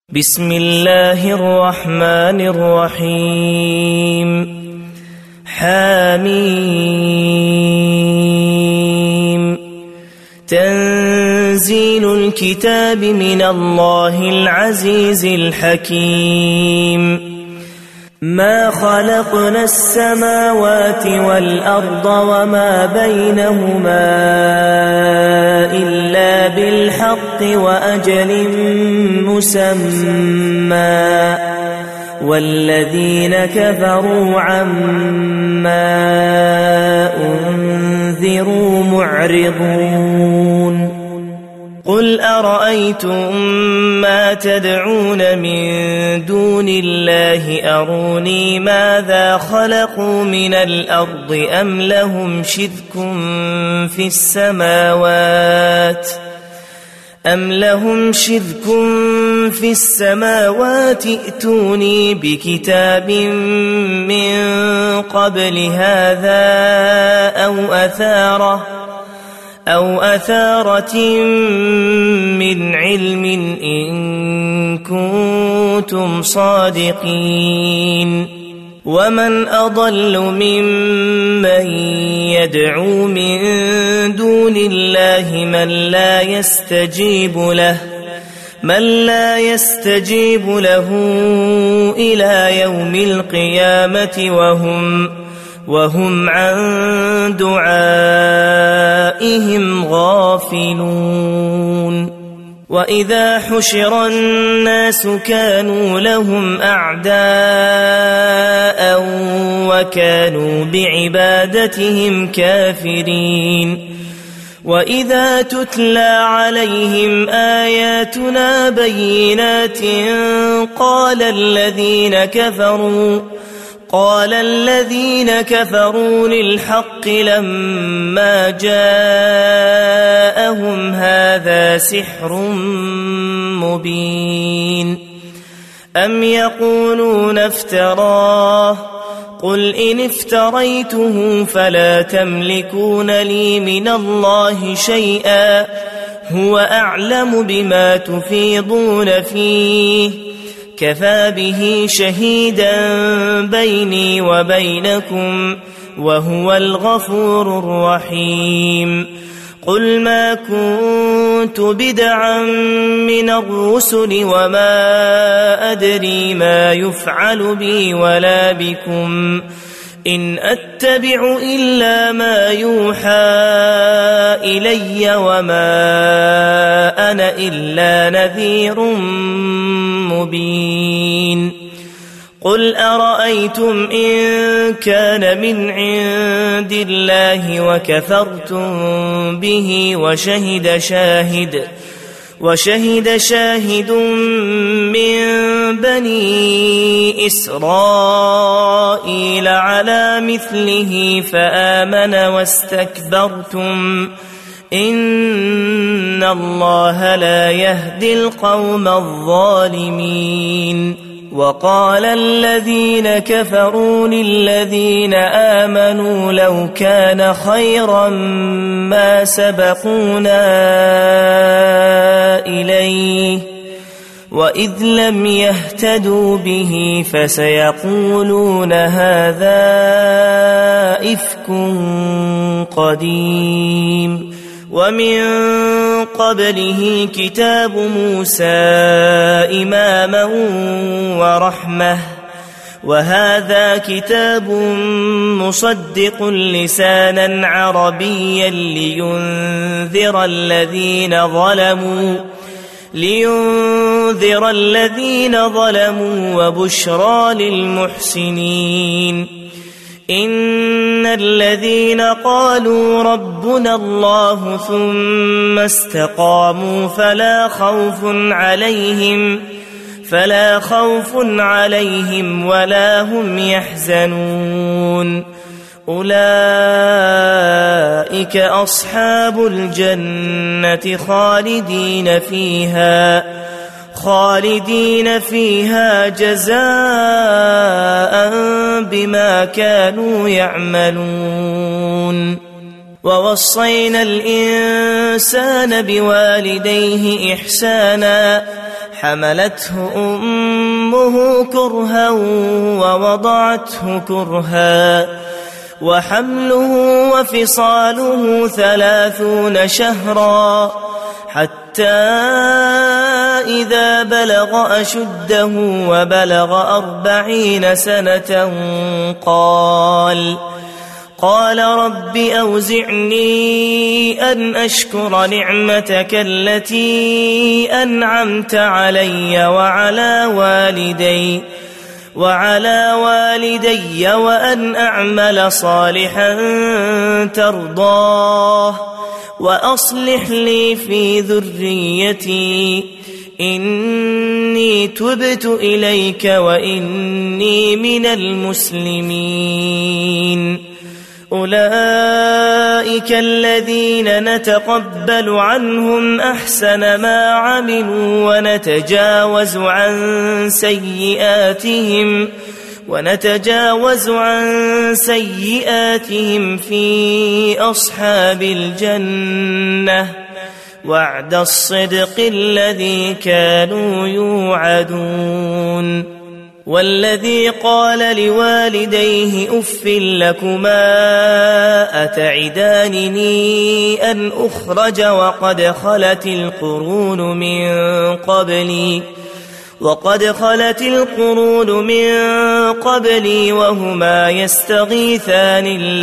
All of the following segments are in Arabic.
بسم الله الرحمن الرحيم حميم تنزيل الكتاب من الله العزيز الحكيم ما خلقنا السماوات والأرض وما بينهما إلا بالحق وأجل مسمى والذين كفروا عما أنذروا معرضون قل أرأيتم ما تدعون من دون الله أروني ماذا خلقوا من الأرض أم لهم شرك في السماوات ائتوني بكتاب من قبل هذا أو أثارة من علم إن كنتم صادقين ومن أضل ممن يدعو من دون الله من لا يستجيب له إلى يوم القيامة وهم عن دعائهم غافلون وإذا حشر الناس كانوا لهم أعداء وكانوا بعبادتهم كافرين وإذا تتلى عليهم آياتنا بينات قال الذين كفروا للحق لما جاءهم هذا سحر مبين أم يقولون افتراه قل إن افتريته فلا تملكون لي من الله شيئا هو أعلم بما تفيضون فيه كفى به شهيدا بيني وبينكم وهو الغفور الرحيم قل ما كنت بدعا من الرسل وما أدري ما يفعل بي ولا بكم إن أتبع إلا ما يوحى إلي وما أنا إلا نذير مبين قل أرأيتم إن كان من عند الله وكفرتم به وشهد شاهد من بني إسرائيل على مثله فآمن واستكبرتم إن الله لا يهدي القوم الظالمين وقال الذين كفروا للذين آمنوا لو كان خيرا ما سبقونا إليه وإذ لم يهتدوا به فسيقولون هذا إفك قديم ومن قبله كتاب موسى إماما ورحمة وهذا كتاب مصدق لسانا عربيا لينذر الذين ظلموا وبشرى للمحسنين إن الذين قالوا ربنا الله ثم استقاموا فلا خوف عليهم ولا هم يحزنون أولئك أصحاب الجنة خالدين فيها جزاء بما كانوا يعملون ووصينا الإنسان بوالديه إحسانا حملته أمه كرها ووضعته كرها وحمله وفصاله 30 شهرا حتى إذا بلغ أشده وبلغ 40 سنة قال رب أوزعني أن أشكر نعمتك التي أنعمت علي وعلى والدي وأن أعمل صالحا ترضاه وأصلح لي في ذريتي إني تبت إليك وإني من المسلمين. أولئك الذين نتقبل عنهم أحسن ما عملوا ونتجاوز عن سيئاتهم في أصحاب الجنة وعد الصدق الذي كانوا يوعدون. والذي قال لوالديه أف لكما أتعدانني أن أخرج وقد خلت القرون من قبلي وهما يستغيثان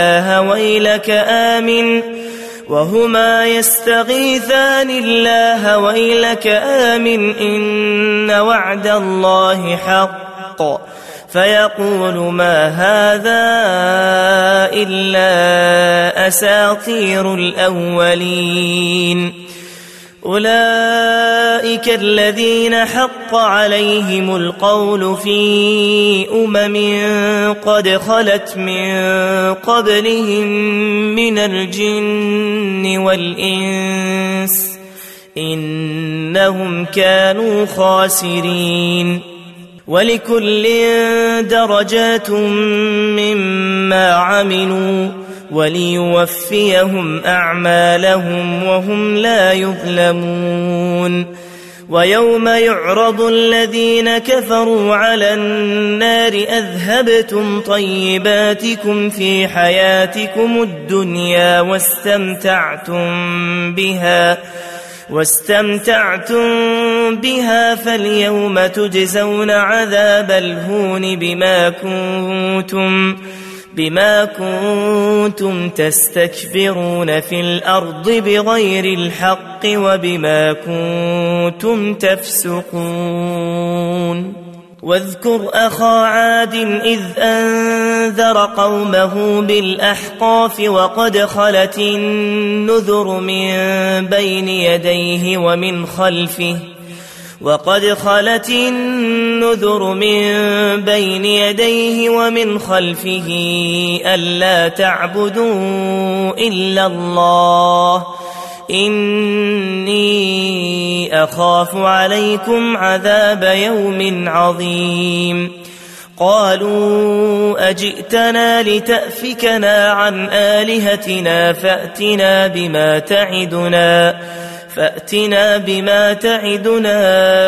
الله ويلك آمن إن وعد الله حق فيقول ما هذا إلا أساطير الأولين. أولئك الذين حق عليهم القول في قد خلت من قبلهم من الجن والإنس إنهم كانوا خاسرين. ولكل درجات مما عملوا وليوفيهم أعمالهم وهم لا يظلمون. ويوم يعرض الذين كفروا على النار أذهبتم طيباتكم في حياتكم الدنيا واستمتعتم بها فاليوم تجزون عذاب الهون بما كنتم تستكبرون في الأرض بغير الحق وبما كنتم تفسقون. واذكر أخا عاد إذ أنذر قومه بالأحقاف وقد خلت النذر من بين يديه ومن خلفه ألا تعبدوا إلا الله إني أخاف عليكم عذاب يوم عظيم. قالوا أجئتنا لتأفكنا عن آلهتنا فأتنا بما تعدنا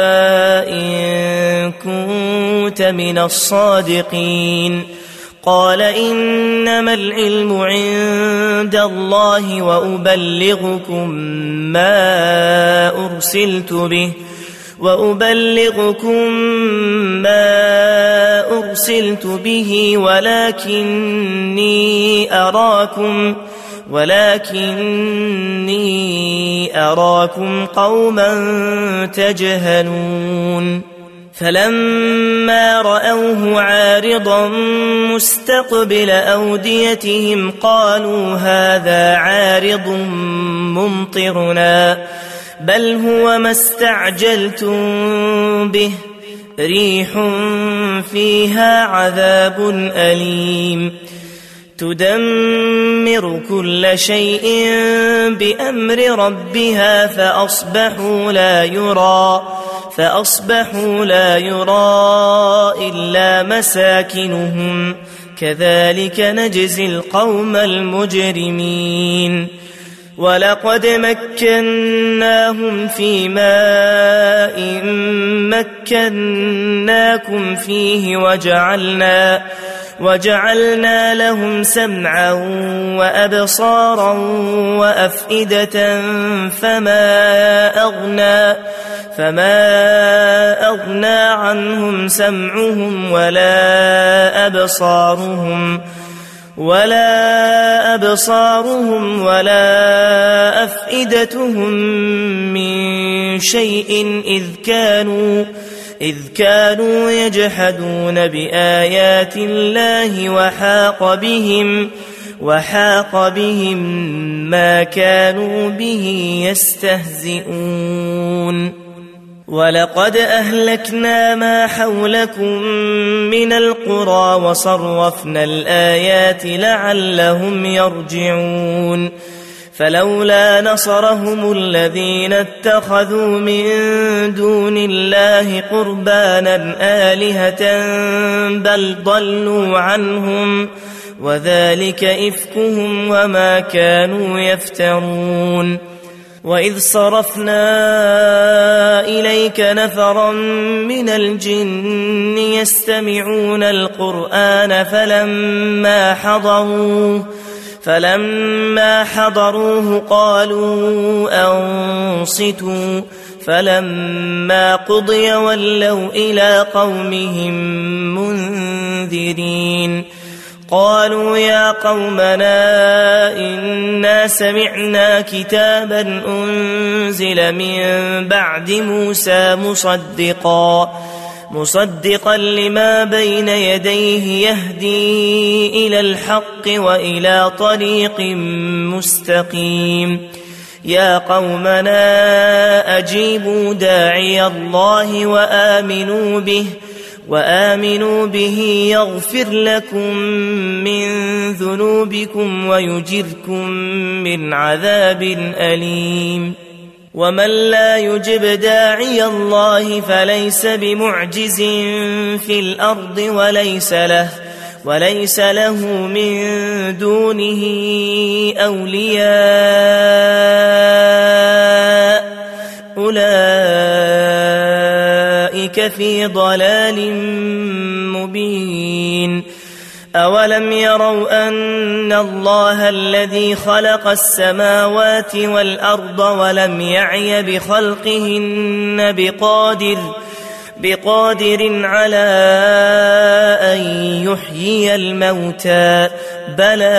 إن كنت من الصادقين. قال إنما العلم عند الله وأبلغكم ما أرسلت به ولكني أراكم قوما تجهلون. فلما رأوه عارضا مستقبل أوديتهم قالوا هذا عارض ممطرنا بل هو ما استعجلتم به ريح فيها عذاب أليم تدمر كل شيء بأمر ربها فأصبحوا لا يرى إلا مساكنهم كذلك نجزي القوم المجرمين. ولقد مكناهم في ماء مكناكم فيه وجعلنا لهم سمعا وأبصارا وأفئدة فما أغنى عنهم سمعهم ولا أبصارهم ولا أفئدتهم من شيء إذ كانوا يجحدون بآيات الله وحاق بهم ما كانوا به يستهزئون ولقد أهلكنا ما حولكم من القرى وصرفنا الآيات لعلهم يرجعون فلولا نصرهم الذين اتخذوا من دون الله قربانا آلهة بل ضلوا عنهم وذلك إفكهم وما كانوا يفترون وإذ صرفنا إليك نفرا من الجن يستمعون القرآن فلما حضروه قالوا أنصتوا فلما قضي ولوا إلى قومهم منذرين قالوا يا قومنا إنا سمعنا كتابا أنزل من بعد موسى مصدقا لما بين يديه يهدي إلى الحق وإلى طريق مستقيم يا قومنا أجيبوا داعي الله وآمنوا به يغفر لكم من ذنوبكم ويجركم من عذاب أليم ومن لا يجب داعي الله فليس بمعجز في الأرض وليس له من دونه أولياء أولئك في ضلال مبين أولم يروا أن الله الذي خلق السماوات والأرض ولم يعي بخلقهن بقادر على أن يحيي الموتى بلى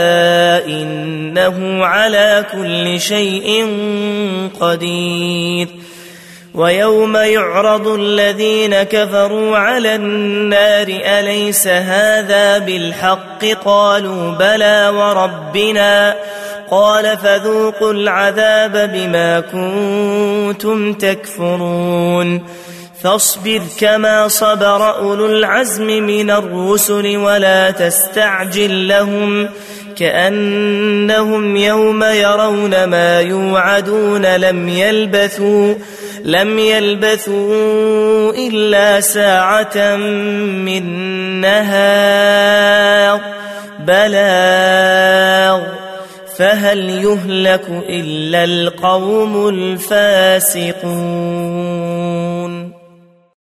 إنه على كل شيء قدير ويوم يعرض الذين كفروا على النار أليس هذا بالحق قالوا بلى وربنا قال فذوقوا العذاب بما كنتم تكفرون فاصبر كما صبر أولو العزم من الرسل ولا تستعجل لهم كأنهم يوم يرون ما يوعدون لم يلبثوا إلا ساعة من نهار بلاغ فهل يهلك إلا القوم الفاسقون